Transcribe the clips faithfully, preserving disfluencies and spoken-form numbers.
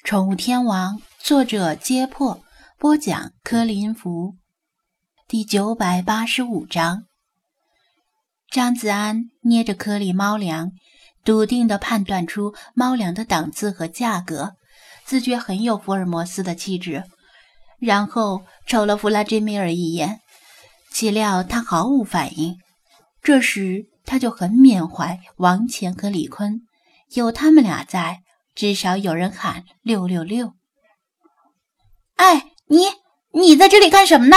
宠物天王，作者揭破，播讲柯林福。第九百八十五章。张子安捏着颗粒猫粮，笃定地判断出猫粮的档次和价格，自觉很有福尔摩斯的气质。然后瞅了弗拉基米尔一眼，岂料他毫无反应。这时他就很缅怀王乾和李坤，有他们俩在，至少有人喊六六六。 哎，你你在这里干什么呢？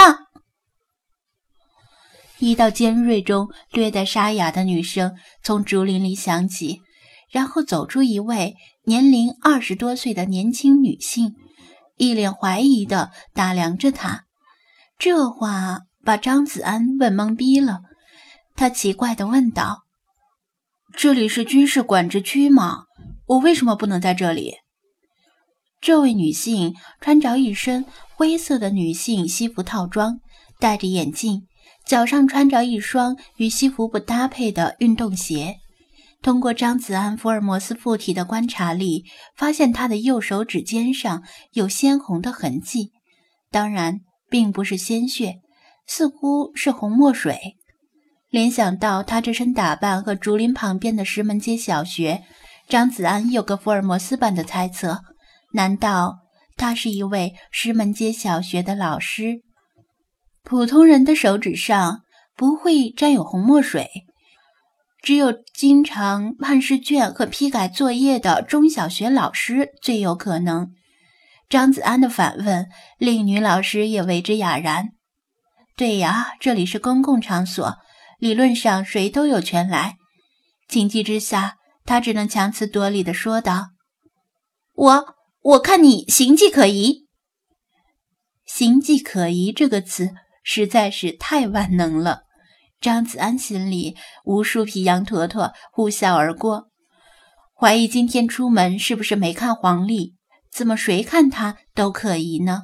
一道尖锐中略带沙哑的女声从竹林里响起，然后走出一位年龄二十多岁的年轻女性，一脸怀疑地打量着他。这话把张子安问懵逼了，他奇怪地问道：这里是军事管制区吗？我为什么不能在这里？这位女性穿着一身灰色的女性西服套装，戴着眼镜，脚上穿着一双与西服不搭配的运动鞋。通过张子安福尔摩斯附体的观察力，发现她的右手指尖上有鲜红的痕迹，当然并不是鲜血，似乎是红墨水。联想到她这身打扮和竹林旁边的石门街小学，张子安有个福尔摩斯般的猜测，难道她是一位石门街小学的老师？普通人的手指上不会沾有红墨水，只有经常判试卷和批改作业的中小学老师最有可能。张子安的反问令女老师也为之哑然。对呀，这里是公共场所，理论上谁都有权来。情急之下，他只能强词夺理地说道： 我我看你形迹可疑。 形迹可疑这个词实在是太万能了，张子安心里无数匹羊驼驼呼啸而过，怀疑今天出门是不是没看黄历，怎么谁看他都可疑呢？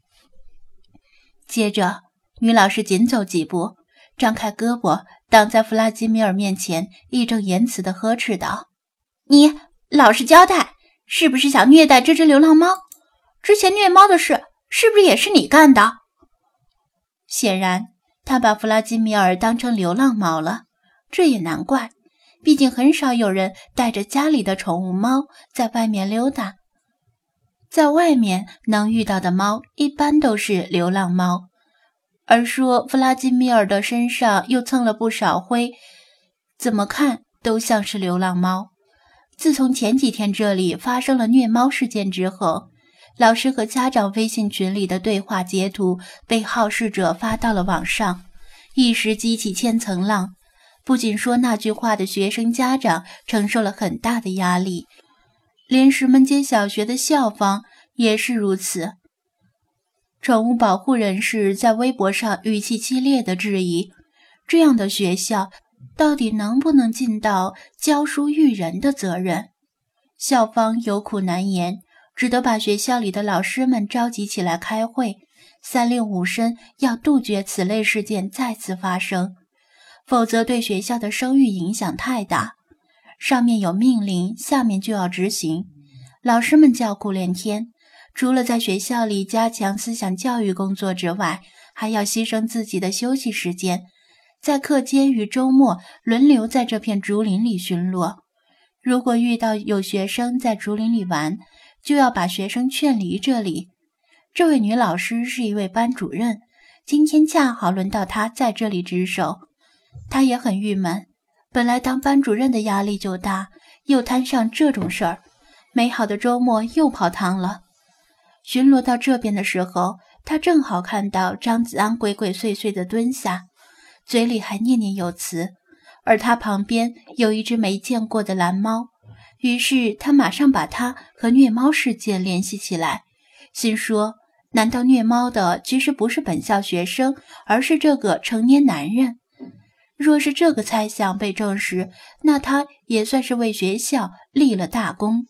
接着女老师紧走几步，张开胳膊挡在弗拉基米尔面前，义正言辞地呵斥道： 你老实交代，是不是想虐待这只流浪猫？之前虐猫的事是不是也是你干的？ 显然他把弗拉基米尔当成流浪猫了，这也难怪，毕竟很少有人带着家里的宠物猫在外面溜达。在外面能遇到的猫一般都是流浪猫，而说弗拉基米尔的身上又蹭了不少灰，怎么看都像是流浪猫。自从前几天这里发生了虐猫事件之后，老师和家长微信群里的对话截图被好事者发到了网上，一时激起千层浪。不仅说那句话的学生家长承受了很大的压力，连石门街小学的校方也是如此。宠物保护人士在微博上语气激烈地质疑，这样的学校到底能不能尽到教书育人的责任？校方有苦难言，只得把学校里的老师们召集起来开会，三令五申要杜绝此类事件再次发生，否则对学校的声誉影响太大。上面有命令，下面就要执行。老师们叫苦连天，除了在学校里加强思想教育工作之外，还要牺牲自己的休息时间，在课间与周末轮流在这片竹林里巡逻。如果遇到有学生在竹林里玩，就要把学生劝离这里。这位女老师是一位班主任，今天恰好轮到她在这里值守。她也很郁闷，本来当班主任的压力就大，又摊上这种事儿，美好的周末又泡汤了。巡逻到这边的时候，她正好看到张子安鬼鬼祟祟地蹲下，嘴里还念念有词，而他旁边有一只没见过的蓝猫。于是他马上把他和虐猫事件联系起来，心说难道虐猫的其实不是本校学生，而是这个成年男人？若是这个猜想被证实，那他也算是为学校立了大功。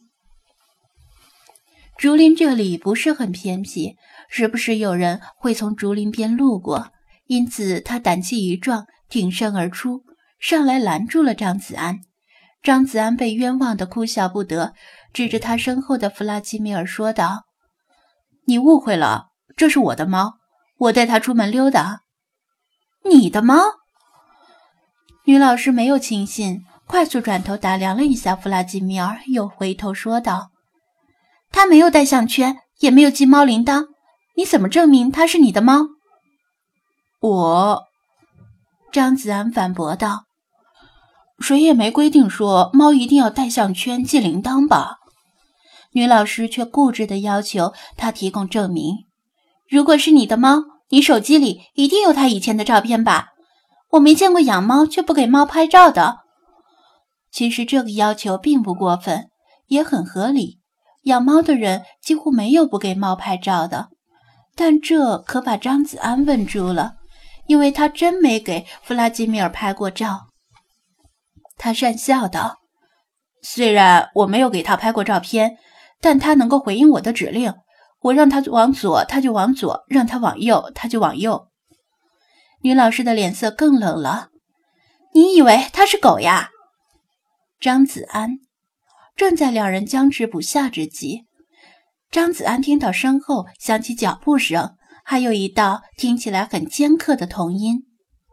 竹林这里不是很偏僻，时不时有人会从竹林边路过，因此他胆气一壮，挺身而出，上来拦住了张子安。张子安被冤枉的哭笑不得， 指着他身后的弗拉基米尔说道：“你误会了，这是我的猫，我带它出门溜达。”“ 你的猫？” 女老师没有轻信，快速转头打量了一下弗拉基米尔，又回头说道：“ 他没有带项圈，也没有系猫铃铛，你怎么证明它是你的猫？”“ 我……”张子安反驳道，“谁也没规定说猫一定要带项圈、系铃铛吧？”女老师却固执地要求他提供证明。 “如果是你的猫，你手机里一定有它以前的照片吧？我没见过养猫却不给猫拍照的。” 其实这个要求并不过分，也很合理。养猫的人几乎没有不给猫拍照的，但这可把张子安问住了，因为他真没给弗拉基米尔拍过照。他讪笑道：“虽然我没有给他拍过照片，但他能够回应我的指令，我让他往左他就往左，让他往右他就往右。”女老师的脸色更冷了。 “你以为他是狗呀？” 张子安正在两人僵持不下之际，张子安听到身后响起脚步声，还有一道听起来很尖刻的童音：“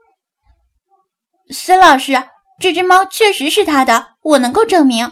孙老师，这只猫确实是他的，我能够证明。”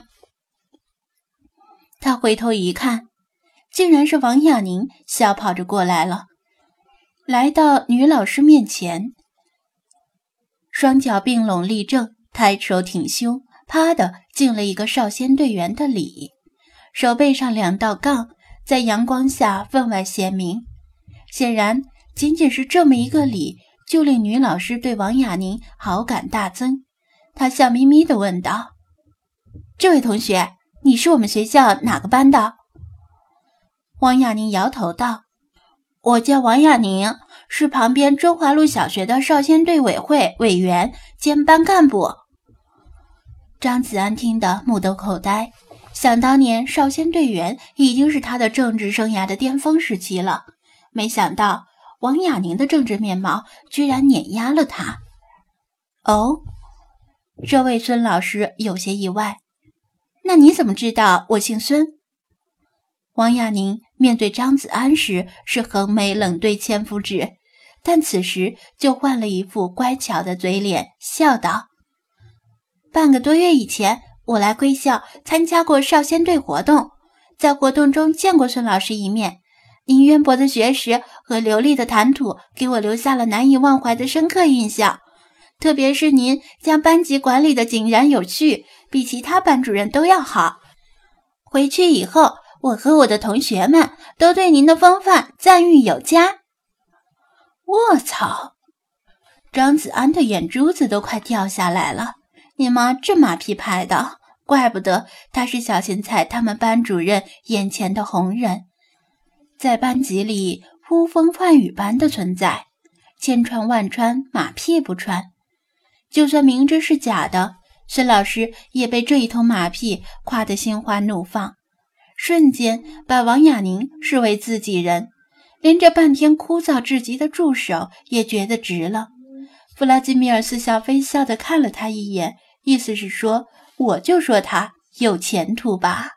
他回头一看，竟然是王雅宁小跑着过来了，来到女老师面前，双脚并拢立正，抬手挺胸，啪的敬了一个少先队员的礼，手背上两道杠在阳光下分外鲜明。显然，仅仅是这么一个礼，就令女老师对王雅宁好感大增。她笑眯眯地问道：“ 这位同学，你是我们学校哪个班的？” 王雅宁摇头道：“我叫王雅宁，是旁边中华路小学的少先队委会委员兼班干部。”张子安听得目瞪口呆，想当年少先队员已经是他的政治生涯的巅峰时期了，没想到王雅宁的政治面貌居然碾压了他。哦，这位孙老师有些意外。那你怎么知道我姓孙？王雅宁面对张子安时是横眉冷对千夫指，但此时就换了一副乖巧的嘴脸，笑道：“半个多月以前，我来贵校参加过少先队活动，在活动中见过孙老师一面。您渊博的学识和流利的谈吐给我留下了难以忘怀的深刻印象，特别是您将班级管理的井然有序，比其他班主任都要好。回去以后，我和我的同学们都对您的风范赞誉有加。”我操！张子安的眼珠子都快掉下来了。你妈这马屁拍的，怪不得他是小芹菜他们班主任眼前的红人，在班级里呼风唤雨般的存在，千穿万穿，马屁不穿。就算明知是假的，孙老师也被这一通马屁夸得心花怒放，瞬间把王雅宁视为自己人，连这半天枯燥至极的助手也觉得值了。弗拉基米尔似笑非笑地看了他一眼，意思是说，我就说他有前途吧。